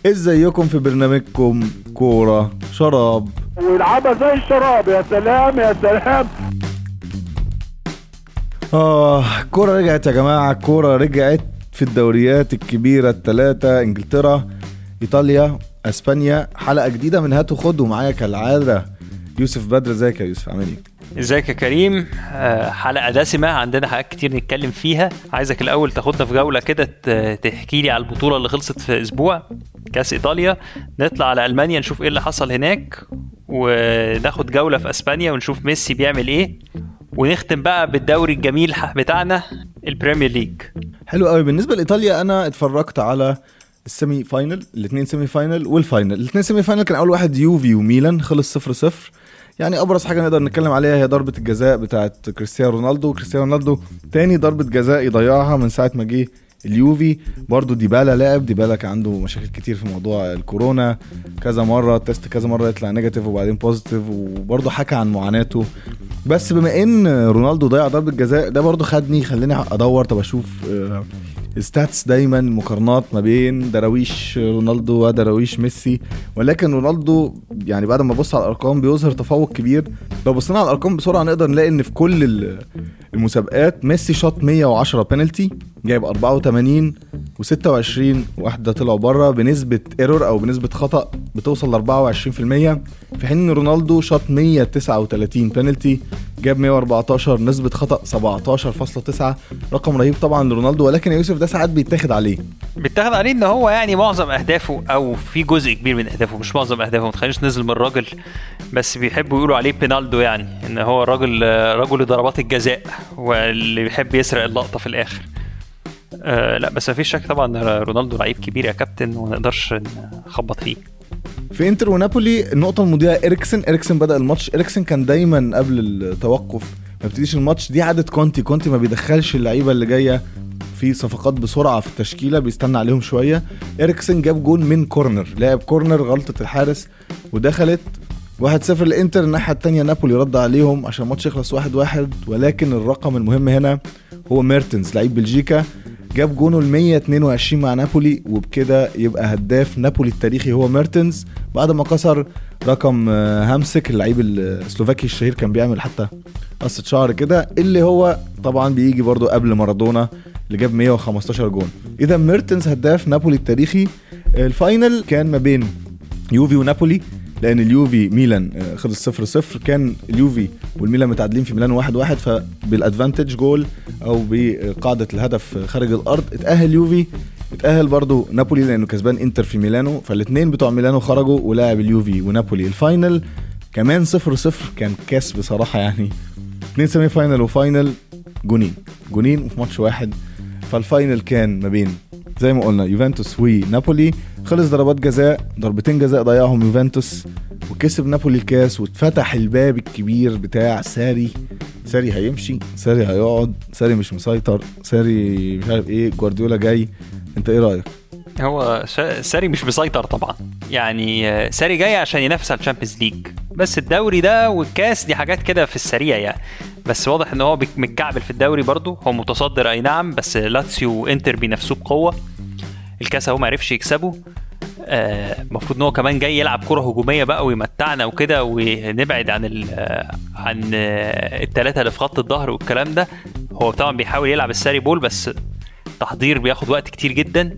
ازيكم في برنامجكم كورة شراب ويلعبها زي الشراب. يا سلام يا سلام. كورة رجعت يا جماعة. كورة رجعت في الدوريات الكبيرة الثلاثة، انجلترا، ايطاليا، اسبانيا. حلقة جديدة من هاتوا خدوا. معايا كالعادة يوسف بدر. ازيك يا يوسف؟ عامل ايه؟ ازيك يا كريم؟ حلقة دسمة، عندنا حاجات كتير نتكلم فيها. عايزك الأول تاخدنا في جولة كده، تحكي لي على البطولة اللي خلصت في أسبوع، كاس إيطاليا. نطلع على ألمانيا نشوف إيه اللي حصل هناك، وناخد جولة في أسبانيا ونشوف ميسي بيعمل إيه، ونختم بقى بالدوري الجميل بتاعنا البريمير ليج. حلو قوي. بالنسبة لإيطاليا أنا اتفرجت على السيمي فاينل، الاثنين سيمي فاينل والفاينل. الاثنين سيمي فاينل كان أول واحد يوفي وميلان، خلص 0-0. يعني أبرز حاجة نقدر نتكلم عليها هي ضربة الجزاء بتاعت كريستيانو رونالدو. كريستيانو رونالدو تاني ضربة جزاء يضيعها من ساعة ما جه اليوفي. برضو ديبالا لاعب، ديبالا كان عنده مشاكل كتير في موضوع الكورونا، كذا مرة تست، كذا مرة يطلع نيجاتيف وبعدين بوزيتيف، وبرضو حكى عن معاناته. بس بما ان رونالدو ضيع ضربة جزاء، ده برضو خليني ادور، طب اشوف ستاتس، دايما مقارنات ما بين دراويش رونالدو ودراويش ميسي. ولكن رونالدو يعني بعد ما بص على الارقام بيظهر تفوق كبير. لو بصينا على الارقام بسرعه نقدر نلاقي ان في كل المسابقات ميسي شاط 110 بينالتي، جايب 84 و26 واحده طلعوا بره، بنسبه ايرور او بنسبه خطا بتوصل ل 24%. في حين ان رونالدو شاط 139 بينالتي، جاب 114، نسبه خطا 17.9. رقم رهيب طبعا لرونالدو. ولكن يا يوسف ده ساعات بيتاخد عليه ان هو يعني معظم اهدافه، او في جزء كبير من اهدافه، مش معظم اهدافه، ما تخليش نزل من الراجل، بس بيحبوا يقولوا عليه بينالدو، يعني ان هو رجل ضربات الجزاء واللي بيحب يسرق اللقطه في الاخر. لا بس مفيش شك طبعا رونالدو لعيب كبير يا كابتن، وما نقدرش نخبط فيه. في انتر ونابولي النقطه المضيئه إريكسن بدأ الماتش. إريكسن كان دايما قبل التوقف ما بتديش الماتش، دي عادة كونتي ما بيدخلش اللعيبه اللي جايه في صفقات بسرعه في التشكيله، بيستنى عليهم شويه. إريكسن جاب جون من كورنر، لعب كورنر، غلطه الحارس ودخلت 1-0 للانتر. الناحيه الثانيه نابولي رد عليهم عشان الماتش يخلص 1-1. ولكن الرقم المهم هنا هو ميرتنز، لعيب بلجيكا، جاب جونه 122 مع نابولي، وبكده يبقى هداف نابولي التاريخي هو ميرتنز، بعد ما كسر رقم هامسك اللعيب السلوفاكي الشهير، كان بيعمل حتى قصة شعر كده، اللي هو طبعا بيجي برضو قبل مارادونا اللي جاب 115 جون. اذا ميرتنز هداف نابولي التاريخي. الفاينل كان ما بين يوفي ونابولي، لان اليوفي ميلان خلص 0-0. كان اليوفي والميلان متعادلين في ميلان 1-1، فبالادفانتج جول او بقاعدة الهدف خارج الارض اتأهل يوفي، اتأهل برضو نابولي لانه كسبان انتر في ميلانو. فالاثنين بتوع ميلانو خرجوا، ولاعب اليوفي ونابولي الفاينل كمان 0-0. كان كاس بصراحة، يعني 2 سيمي فاينل وفاينل، جونين وفي ماتش واحد. فالفاينل كان ما بين زي ما قلنا يوفنتوس ونابولي، خلص ضربات جزاء، ضربتين جزاء ضيعهم يوفنتوس، وكسب نابولي الكاس، واتفتح الباب الكبير بتاع ساري هيمشي، ساري هيقعد، ساري مش مسيطر، ساري مش عارف ايه، جوارديولا جاي. انت ايه رأيك؟ هو ساري مش مسيطر طبعا، يعني ساري جاي عشان ينافس على الشامبيونز ليج، بس الدوري ده والكاس دي حاجات كده في السريع يعني. بس واضح ان هو متكعبل في الدوري برضو، هو متصدر اي نعم، بس لاتسيو وانتر بينافسوه بقوه. الكاس هو ما عرفش يكسبه. المفروض ان هو كمان جاي يلعب كره هجوميه بقى ويمتعنا وكده، ونبعد عن الثلاثه اللي في خط الظهر والكلام ده. هو طبعا بيحاول يلعب الساري بول، بس تحضير بياخد وقت كتير جدا،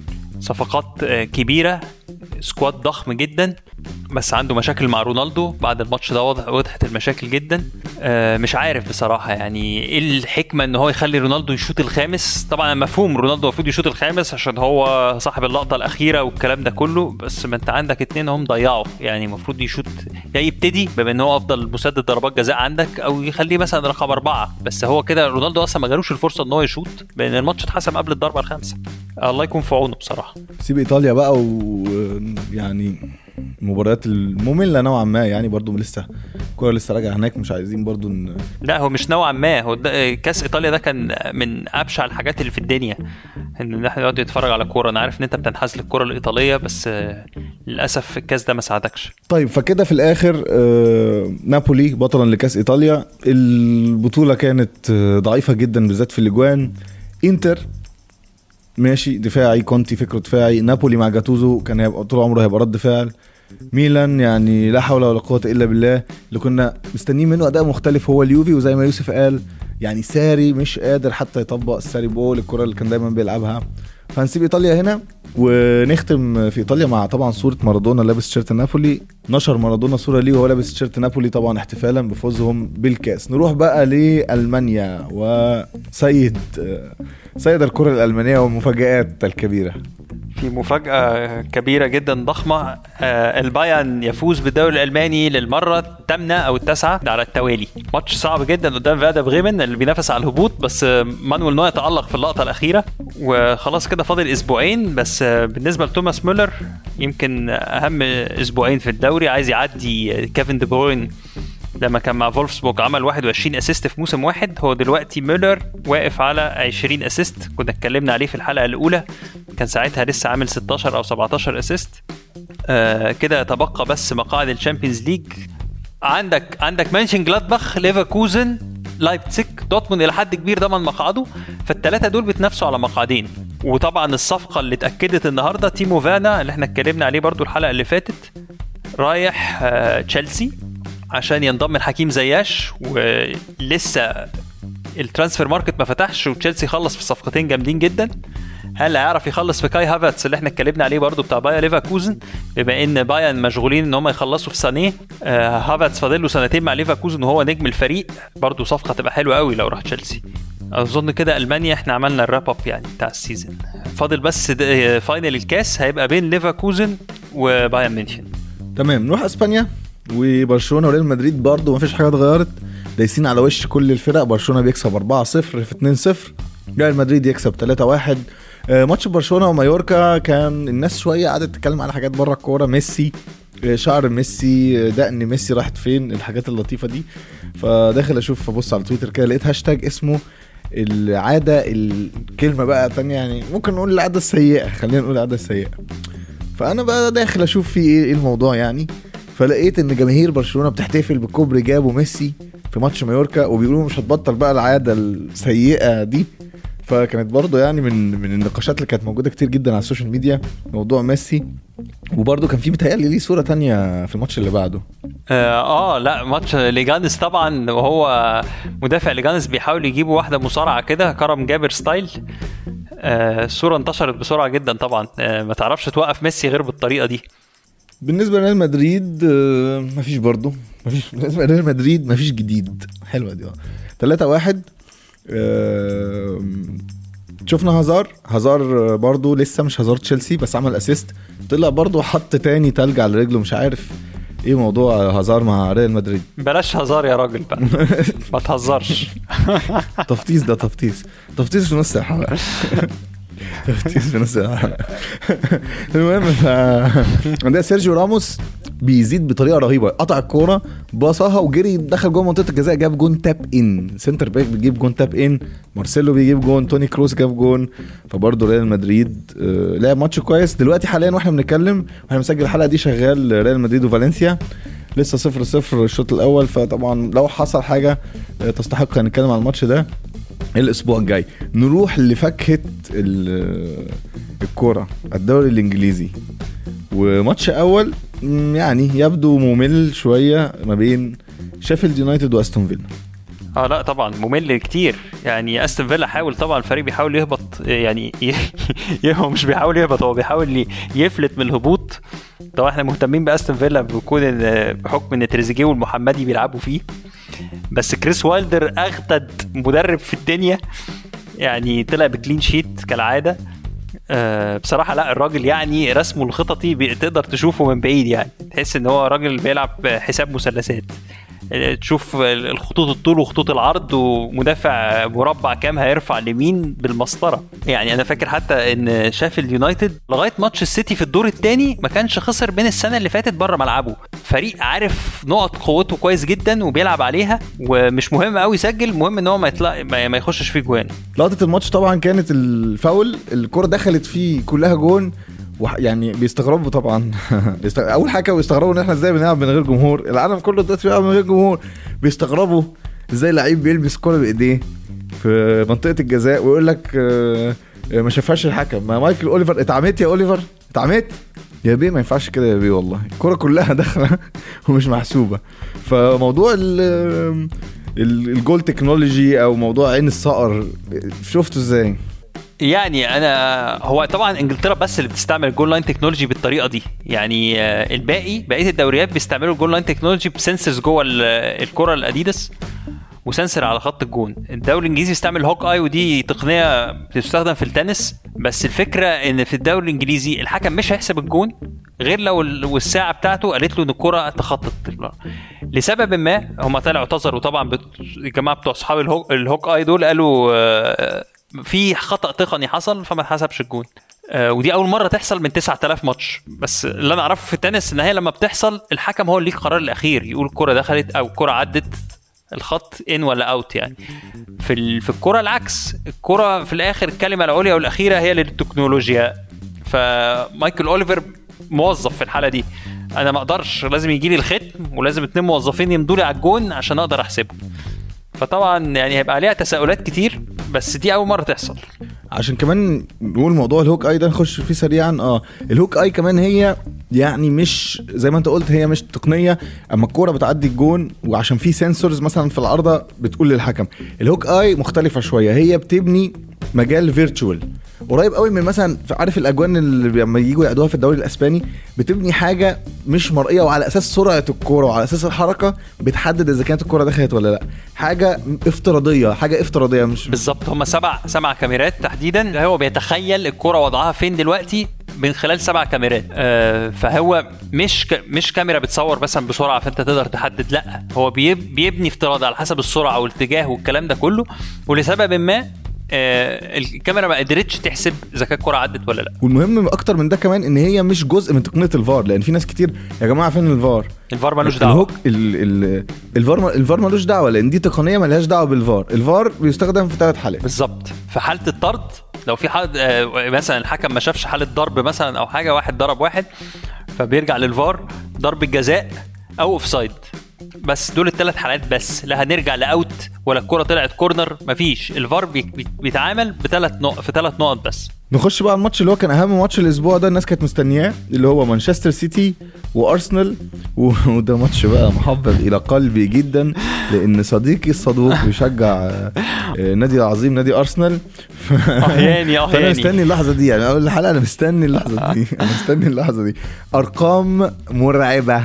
صفقات كبيره، سكواد ضخم جدا، بس عنده مشاكل مع رونالدو. بعد الماتش ده وضحت المشاكل جدا. مش عارف بصراحة يعني ايه الحكمة ان هو يخلي رونالدو يشوط الخامس. طبعا مفهوم رونالدو المفروض يشوط الخامس عشان هو صاحب اللقطة الأخيرة والكلام ده كله، بس ما انت عندك اتنين هم ضيعوا، يعني المفروض يشوط، يا يبتدي بما ان هو افضل مسدد ضربات جزاء عندك، او يخليه مثلا رقم 4. بس هو كده رونالدو اصلا ما جالوش الفرصة ان هو يشوط، لان الماتش اتحسم قبل الضربة الخامسة. الله يكون في عونه بصراحة. سيب ايطاليا بقى، ويعني المباريات المملة نوعا ما، يعني برضو الكرة لسه راجعة هناك، مش عايزين برضو لا هو مش نوعا ما، هو كاس ايطاليا ده كان من ابشع الحاجات اللي في الدنيا، ان احنا نقعد نتفرج على كوره. انا عارف ان انت بتنحاز للكوره الايطاليه، بس للاسف الكاس ده ما ساعدكش. طيب فكده في الاخر نابولي بطلا لكاس ايطاليا. البطولة كانت ضعيفة جدا بالذات في الاجوان. انتر ماشي دفاعي، كونتي فكره دفاعي. نابولي مع جاتوزو كان هيبقى طول عمره هيبقى رد فعل. ميلان يعني لا حول ولا قوه الا بالله، اللي كنا مستنيين منه اداء مختلف هو اليوفي. وزي ما يوسف قال يعني ساري مش قادر حتى يطبق الساري بول، الكره اللي كان دايما بيلعبها. فهنسيب ايطاليا هنا ونختم في ايطاليا مع طبعا صوره مارادونا لابس تيشيرت نابولي. نشر مارادونا صوره ليه وهو لابس تيشيرت نابولي طبعا احتفالا بفوزهم بالكاس. نروح بقى لالمانيا وسيد الكره الالمانيه والمفاجآت الكبيره. في مفاجأة كبيرة جدا ضخمة، البايرن يفوز بالدوري الألماني للمرة الثامنة أو التاسعة على التوالي. ماتش صعب جدا قدام فادا بريمن اللي بينافس على الهبوط، بس مانويل نوير تألق في اللقطة الأخيرة وخلاص كده فاضل أسبوعين. بس بالنسبة لتوماس مولر يمكن أهم أسبوعين في الدوري، عايز يعدي كيفن دي بروين لما كان مع فولفسبورغ عمل 21 اسيست في موسم واحد. هو دلوقتي مولر واقف على 20 اسيست، كنا اتكلمنا عليه في الحلقة الأولى، كان ساعتها لسه عامل 16 أو 17 اسيست. كده يتبقى بس مقاعد الشامبيونز ليج. عندك مانشن جلادباخ، ليفركوزن، لايبزيج، دورتموند إلى حد كبير ضمن مقعده، فالثلاثة دول بتنافسوا على مقعدين. وطبعا الصفقة اللي اتأكدت النهاردة تيمو فانا اللي احنا اتكلمنا عليه برضو الحلقة اللي فاتت، رايح تشيلسي عشان ينضم الحكيم زياش. ولسه الترانسفير ماركت ما فتحش وتشيلسي خلص في صفقتين جامدين جدا. هل هيعرف يخلص في كاي هافرتس اللي احنا اتكلمنا عليه برضو بتاع باير ليفركوزن، بما ان بايرن مشغولين ان هم يخلصوا في سانيه. هافرتس فاضل له سنتين مع ليفركوزن وهو نجم الفريق، برضو صفقه تبقى حلوه قوي لو راح تشيلسي. اظن كده المانيا احنا عملنا الراب اب يعني بتاع السيزون. فاضل بس فاينل الكاس هيبقى بين ليفركوزن وبايرن ميونخ. تمام، نروح اسبانيا وبرشلونه وريال مدريد. برضو مفيش حاجه اتغيرت، دايسين على وش كل الفرق. برشلونه بيكسب 4-0 في 2-0، ريال مدريد يكسب 3-1. ماتش برشلونه ومايوركا كان الناس شويه قعدت تتكلم على حاجات بره الكوره، ميسي، شعر ميسي، دقن ميسي راحت فين، الحاجات اللطيفه دي. فداخل اشوف ابص على تويتر كده لقيت هاشتاج اسمه العاده، الكلمه بقى تانية يعني ممكن نقول العاده السيئه، خلينا نقول العاده السيئه. فانا بقى داخل اشوف في ايه الموضوع يعني. فلقيت ان جماهير برشلونه بتحتفل بكوبري جابوا ميسي في ماتش مايوركا، وبيقولوا مش هتبطل بقى العاده السيئه دي. فكانت برضو يعني من النقاشات اللي كانت موجوده كتير جدا على السوشيال ميديا موضوع ميسي. وبرضو كان في متهيألي ليه صوره تانية في الماتش اللي بعده. لا ماتش ليجانس طبعا، وهو مدافع ليجانس بيحاول يجيبوا واحده مصارعه كده كرم جابر ستايل. الصوره انتشرت بسرعه جدا طبعا، ما تعرفش توقف ميسي غير بالطريقه دي. بالنسبه لريال مدريد مفيش برضو، مفيش. بالنسبه لريال مدريد مفيش جديد، حلوه دي. 3-1. شفنا هازار برضو لسه مش هازار تشيلسي، بس عمل اسيست، طلع برضو حط تاني تلج على رجله. مش عارف ايه موضوع هازار مع ريال مدريد. بلاش هازار يا راجل بقى ما تهزرش. تفطيس ده تفطيس في نص الحلقة. تفتيس في نص الحلقة. المهم عندنا سيرجيو راموس بيزيد بطريقه رهيبه، قطع الكوره باصها وجري دخل جوه منطقه الجزاء، جاب جون تاب ان. سنتر باك بيجيب جون تاب ان، مارسيلو بيجيب جون، توني كروس جاب جون. فبرضه ريال مدريد لعب ماتش كويس. دلوقتي حاليا واحنا بنتكلم واحنا بنسجل الحلقه دي شغال ريال مدريد وفالنسيا لسه 0-0 الشوط الاول. فطبعا لو حصل حاجه تستحق ان نتكلم عن الماتش ده الاسبوع الجاي. نروح لفكهه الكوره، الدوري الانجليزي، وماتش اول يعني يبدو ممل شويه ما بين شيفيلد يونايتد واستون فيلا. لا طبعا ممل كتير يعني. استون فيلا حاول طبعا، الفريق بيحاول يهبط يعني هو مش بيحاول يهبط، هو بيحاول يفلت من الهبوط. طبعا احنا مهتمين باستون فيلا بحكم ان تريزيجيه والمحمدي بيلعبوا فيه، بس كريس وايلدر اغتد مدرب في الدنيا يعني، طلع بكلين شيت كالعاده. بصراحه لا الراجل يعني رسمه الخططي تقدر تشوفه من بعيد، يعني تحس ان هو راجل بيلعب حساب مثلثات، تشوف الخطوط الطول وخطوط العرض ومدافع مربع كام هيرفع اليمين بالمسطره. يعني انا فاكر حتى ان شيفيلد يونايتد لغايه ماتش السيتي في الدور الثاني ما كانش خسر بين السنه اللي فاتت بره ملعبه. فريق عارف نقط قوته كويس جدا وبيلعب عليها، ومش مهم قوي يسجل، مهم ان هو ما يخشش فيه جوان. لقطه الماتش طبعا كانت الفاول، الكره دخلت فيه كلها جون. يعني بيستغربوا طبعا اول حاجه بيستغربوا ان احنا ازاي بنلعب من غير جمهور. العالم كله دلوقتي بيلعب من غير جمهور. بيستغربوا ازاي لعيب بيلبس كوره بايديه في منطقه الجزاء ويقول لك ما شافهاش الحكم. ما مايكل اوليفر اتعمت يا اوليفر اتعمت يا بيه، ما ينفعش كده يا بيه والله، الكرة كلها داخله ومش محسوبه. فموضوع الجول تكنولوجي او موضوع عين الصقر شفته ازاي؟ يعني انا هو طبعا انجلترا بس اللي بتستعمل الجول لاين تكنولوجي بالطريقه دي. يعني بقيه الدوريات بيستعملوا الجول لاين تكنولوجي بسنسرز جوه الكره الاديداس وسنسر على خط الجون. الدوري الانجليزي بيستعمل هوك اي، ودي تقنيه بتستخدم في التنس. بس الفكره ان في الدوري الانجليزي الحكم مش هيحسب الجون غير لو الساعه بتاعته قالت له ان الكره تخطت لسبب ما. هم طلعوا اعتذروا طبعا الجماعه بتوع اصحاب الهوك اي دول، قالوا في خطأ تقني حصل فما اتحسبش الجون. ودي اول مره تحصل من 9000 ماتش. بس اللي انا اعرفه في التنس ان هي لما بتحصل الحكم هو اللي ليه القرار الاخير، يقول الكره دخلت او الكره عدت الخط ان ولا اوت. يعني في الكره العكس، الكره في الاخر الكلمه العليا والاخيره هي للتكنولوجيا. فمايكل اوليفر موظف في الحاله دي، انا ما اقدرش، لازم يجي لي الختم ولازم 2 موظفين يمضوا لي على الجون عشان اقدر احسبه. فطبعا يعني هيبقى عليها تساؤلات كتير، بس دي اول مره تحصل. عشان كمان نقول موضوع الهوك اي ده نخش فيه سريعا. الهوك اي كمان هي يعني مش زي ما انت قلت، هي مش تقنيه. اما الكوره بتعدي الجون وعشان في سنسورز مثلا في العارضه بتقول للحكم، الهوك اي مختلفه شويه، هي بتبني مجال فيرتشوال قريب قوي من مثلا عارف الاجوان اللي لما ييجوا يعدوها في الدوري الاسباني، بتبني حاجه مش مرئيه وعلى اساس سرعه الكوره وعلى اساس الحركه بتحدد اذا كانت الكوره دخلت ولا لا. حاجه افتراضيه مش بالظبط. هم 7 كاميرات تحديدا، هو بيتخيل الكوره وضعها فين دلوقتي من خلال 7 كاميرات. فهو مش كاميرا بتصور مثلا بسرعه فانت تقدر تحدد، لا هو بيبني افتراض على حسب السرعه والاتجاه والكلام ده كله. ولسبب ما الكاميرا ما قدرتش تحسب اذا كانت الكره عدت ولا لا. والمهم اكتر من ده كمان ان هي مش جزء من تقنيه الفار، لان في ناس كتير يا جماعه فين الفار مالوش دعوه. الفار مالوش دعوه، لان دي تقنيه مالهاش دعوه بالفار. الفار بيستخدم في 3 حالات بالظبط. في حاله الطرد، لو في حد مثلا الحكم ما شافش حاله ضرب مثلا او حاجه، واحد ضرب واحد، فبيرجع للفار، ضرب الجزاء او اوفسايد. بس دول ال3 حالات بس، لا هنرجع لاوت ولا الكره طلعت كورنر، مفيش. الفار بيتعامل في 3 نقط بس. نخش بقى الماتش اللي هو كان اهم ماتش الاسبوع ده، الناس كانت مستنياه، اللي هو مانشستر سيتي وارسنال. وده ماتش بقى محبب الى قلبي جدا، لان صديقي الصدوق بيشجع نادي العظيم نادي ارسنال. فانا مستني اللحظه دي، يعني اقول الحلقه انا مستني اللحظه دي. ارقام مرعبه.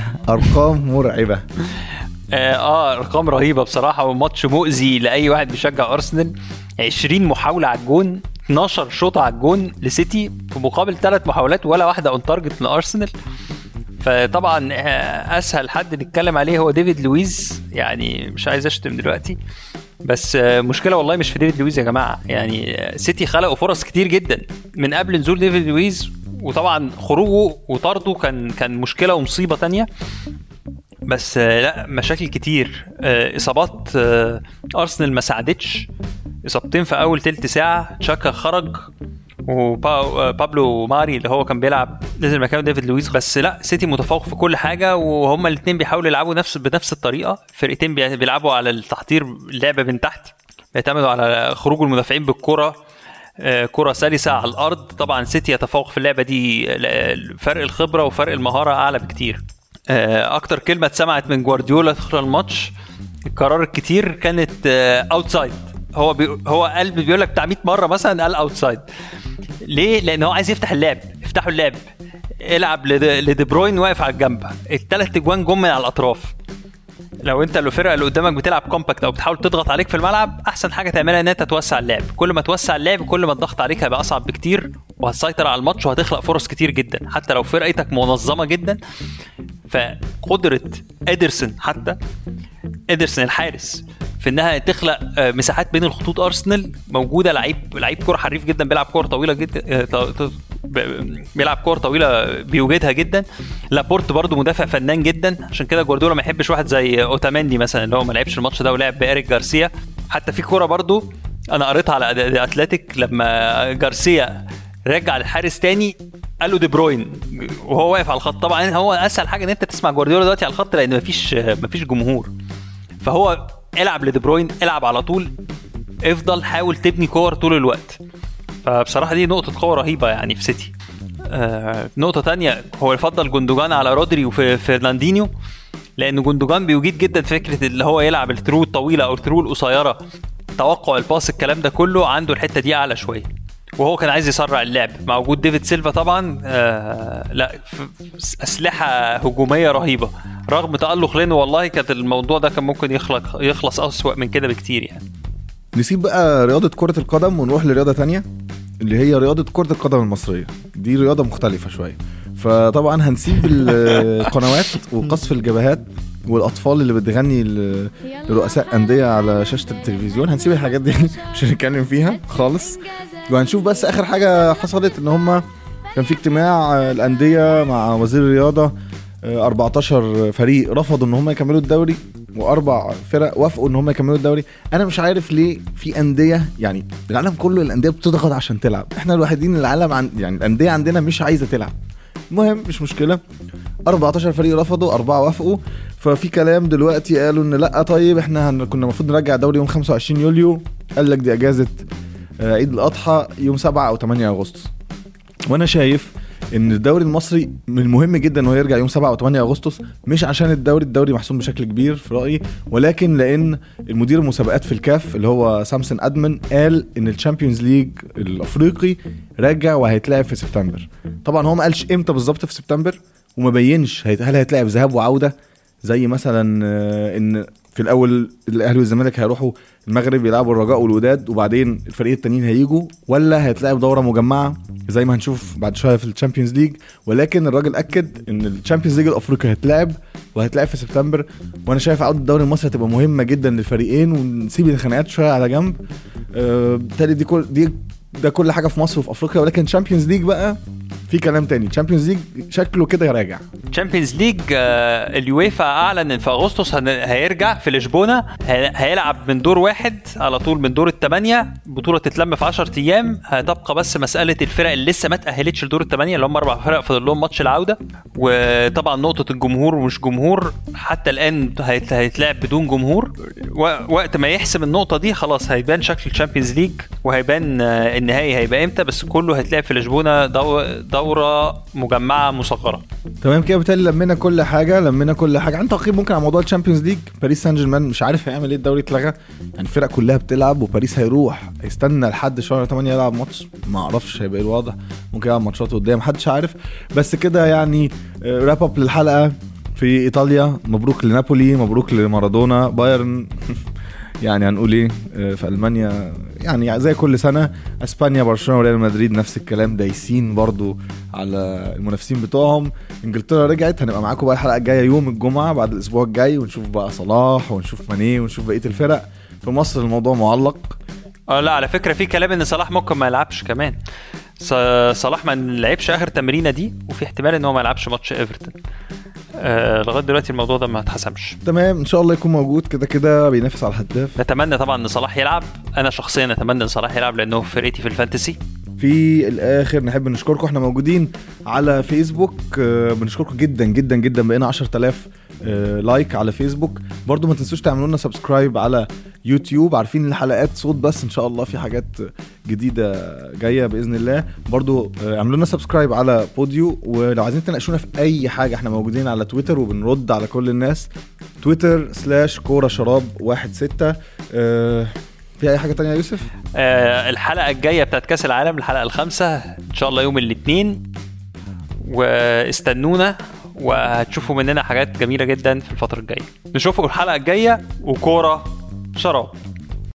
ارقام رهيبه بصراحه، وماتش مؤذي لاي واحد بيشجع ارسنال. 20 محاوله على الجون، 12 شوطه على الجون لسيتي في مقابل 3 محاولات ولا واحده اون تارجت لارسنال. فطبعا اسهل حد نتكلم عليه هو ديفيد لويز. يعني مش عايز اشتم دلوقتي، بس مشكله والله مش في ديفيد لويز يا جماعه. يعني سيتي خلقوا فرص كتير جدا من قبل نزول ديفيد لويز، وطبعا خروجه وطرده كان مشكله ومصيبه تانية. بس لا، مشاكل كتير. اصابات ارسنال ما ساعدتش، اصابتين في اول تلت ساعه، تشاكا خرج وبابلو ماري اللي هو كان بيلعب نزل مكان ديفيد لويز. بس لا، سيتي متفوق في كل حاجه، وهما الاثنين بيحاولوا يلعبوا بنفس الطريقه. فرقتين بيلعبوا على التحضير، اللعبه من تحت، بيعتمدوا على خروج المدافعين بالكره، كره سلسه على الارض. طبعا سيتي يتفوق في اللعبه دي، فرق الخبره وفرق المهاره اعلى بكتير. اكتر كلمه اتسمعت من جوارديولا خلال الماتش، القرار الكتير كانت اوتسايد. هو قال بيقول لك بتاع 100 مره مثلا قال اوتسايد. ليه؟ لان هو عايز يفتح اللعب. افتحوا اللعب، العب لدي بروين واقف على الجنب. ال3 اجوان جم من على الاطراف. لو انت الفرقه اللي قدامك بتلعب كومباكت او بتحاول تضغط عليك في الملعب، احسن حاجه تعملها ان انت توسع اللعب. كل ما توسع اللعب كل ما الضغط عليك هيبقى اصعب بكتير، وهتسيطر على الماتش وهتخلق فرص كتير جدا حتى لو فرقتك منظمه جدا. فقدره ادرسون الحارس في انها تخلق مساحات بين الخطوط ارسنال موجوده. لعيب كوره حريف جدا، بيلعب كوره طويله جدا، بيلعب كوره طويله بيوجدها جدا. لابورت برضو مدافع فنان جدا، عشان كده جوارديولا ما يحبش واحد زي اوتاماندي مثلا اللي هو ما لعبش الماتش ده ولعب بإيريك جارسيا. حتى في كوره برضو انا قريتها على اتلتيك، لما جارسيا رجع الحارس تاني قال له دي بروين وهو واقف على الخط. طبعا هو اسهل حاجه ان انت تسمع جوارديولا دلوقتي على الخط، لان مفيش جمهور. فهو العب لدي بروين، العب على طول، افضل حاول تبني كور طول الوقت. فبصراحه دي نقطه قوه رهيبه يعني في سيتي. نقطه تانية، هو يفضل جوندوجان على رودري وفي فرناندينيو، لان جوندوجان بيجيد جدا فكره اللي هو يلعب الثرو الطويله او الثرو القصيره، توقع الباس، الكلام ده كله عنده الحته دي اعلى شويه، وهو كان عايز يسرع اللعب مع وجود ديفيد سيلفا طبعا. لا اسلحه هجوميه رهيبه، رغم تألق لينو والله كانت الموضوع ده كان ممكن يخلص اسوأ من كده بكتير يعني. نسيب بقى رياضه كره القدم ونروح لرياضه تانية اللي هي رياضه كره القدم المصريه. دي رياضه مختلفه شويه، فطبعا هنسيب القنوات وقصف الجبهات والاطفال اللي بتغني لرؤساء انديه على شاشه التلفزيون، هنسيب الحاجات دي مش هنتكلم فيها خالص، وهنشوف بس اخر حاجه حصلت ان هم كان في اجتماع الانديه مع وزير الرياضه. 14 فريق رفضوا ان هم يكملوا الدوري، و4 فرق وافقوا ان هم يكملوا الدوري. انا مش عارف ليه في انديه، يعني العالم كله الانديه بتضغط عشان تلعب، احنا الوحيدين العالم يعني الانديه عندنا مش عايزه تلعب. المهم مش مشكله، 14 فريق رفضوا، 4 وافقوا. ففي كلام دلوقتي قالوا ان لا طيب احنا كنا المفروض نرجع الدوري يوم 25 يوليو، قال لك دي اجازه عيد الاضحى يوم 7 او 8 اغسطس. وانا شايف ان الدوري المصري من المهم جدا انه يرجع يوم 7 او 8 اغسطس، مش عشان الدوري محسوم بشكل كبير في رايي، ولكن لان المدير المسابقات في الكاف اللي هو سامسون ادمن قال ان الشامبيونز ليج الافريقي راجع وهيتلعب في سبتمبر. طبعا هو ما قالش امتى بالظبط في سبتمبر، وما بينش هل هيتلعب ذهاب وعوده زي مثلا ان في الاول الاهلي والزمالك هيروحوا المغرب يلعبوا الرجاء والوداد وبعدين الفريق التانيين هيجوا، ولا هيتلعب دوره مجمعه زي ما هنشوف بعد شويه في الشامبيونز ليج. ولكن الراجل اكد ان الشامبيونز ليج الافريقي هيتلعب وهيتلعب في سبتمبر. وانا شايف عوده الدوري المصري هتبقى مهمه جدا للفريقين، ونسيب الخناقات شويه على جنب. بالتالي ده كل حاجه في مصر وفي افريقيا. ولكن الشامبيونز ليج بقى في كلام تاني، الشامبيونز ليج شكله كده راجع. الشامبيونز ليج اليويفا اعلن ان في اغسطس هيرجع في لشبونه، هيلعب من دور واحد على طول من دور ال8، بطوله تتلم في 10 ايام. هتبقى بس مساله الفرق اللي لسه ما تاهلتش لدور ال8 اللي هم 4 فرق فاضل لهم ماتش العوده. وطبعا نقطه الجمهور ومش جمهور حتى الان هيتلعب بدون جمهور. وقت ما يحسم النقطه دي خلاص هيبان شكل الشامبيونز ليج وهيبان النهائي هيبقى امتى، بس كله هيتلعب في لشبونه دورة مجمعة مصغرة. تمام كده، بالتالي لمينا كل حاجة عن تقييم ممكن على موضوع الشامبيونز ليج. باريس سان جيرمان مش عارف هيعمل ايه، الدوري اتلغى يعني الفرق كلها بتلعب، وباريس هيستنى لحد شهر 8 يلعب ماتش، ما اعرفش هيبقى ايه الوضع، ممكن يلعب ماتشات قدام محدش عارف. بس كده يعني راب اب للحلقة في ايطاليا. مبروك لنابولي، مبروك لمارادونا، بايرن يعني هنقول ايه في المانيا يعني زي كل سنه. اسبانيا برشلونه وريال مدريد نفس الكلام، دايسين برضو على المنافسين بتوعهم. انجلترا رجعت، هنبقى معاكم بقى الحلقه الجايه يوم الجمعه بعد الاسبوع الجاي، ونشوف بقى صلاح ونشوف ماني ونشوف بقيه الفرق. في مصر الموضوع معلق. لا على فكره في كلام ان صلاح ممكن ما يلعبش كمان. صلاح ما لعبش اخر تمرينه دي، وفي احتمال ان هو ما يلعبش ماتش ايفرتون. لغايه دلوقتي الموضوع ده ما اتحسمش. تمام، ان شاء الله يكون موجود، كده بينافس على الهداف. نتمنى طبعا ان صلاح يلعب، انا شخصيا اتمنى ان صلاح يلعب لانه في فرقتي في الفانتسي. في الاخر نحب نشكركم، احنا موجودين على فيسبوك، بنشكركم جدا جدا جدا، بقينا 10,000 لايك على فيسبوك. برضو ما تنسوش تعملوا لنا سبسكرايب على يوتيوب. عارفين الحلقات صوت بس، ان شاء الله في حاجات جديده جايه باذن الله. برضو اعملوا لنا سبسكرايب على بوديو، ولو عايزين تناقشونا في اي حاجه احنا موجودين على تويتر وبنرد على كل الناس. تويتر/كورة_16. في اي حاجه تانية يا يوسف؟ الحلقه الجايه بتاعت كاس العالم، الحلقه ال5 ان شاء الله يوم الاثنين، واستنونا وهتشوفوا مننا حاجات جميله جدا في الفتره الجايه. نشوفكم الحلقه الجايه، وكوره شراب.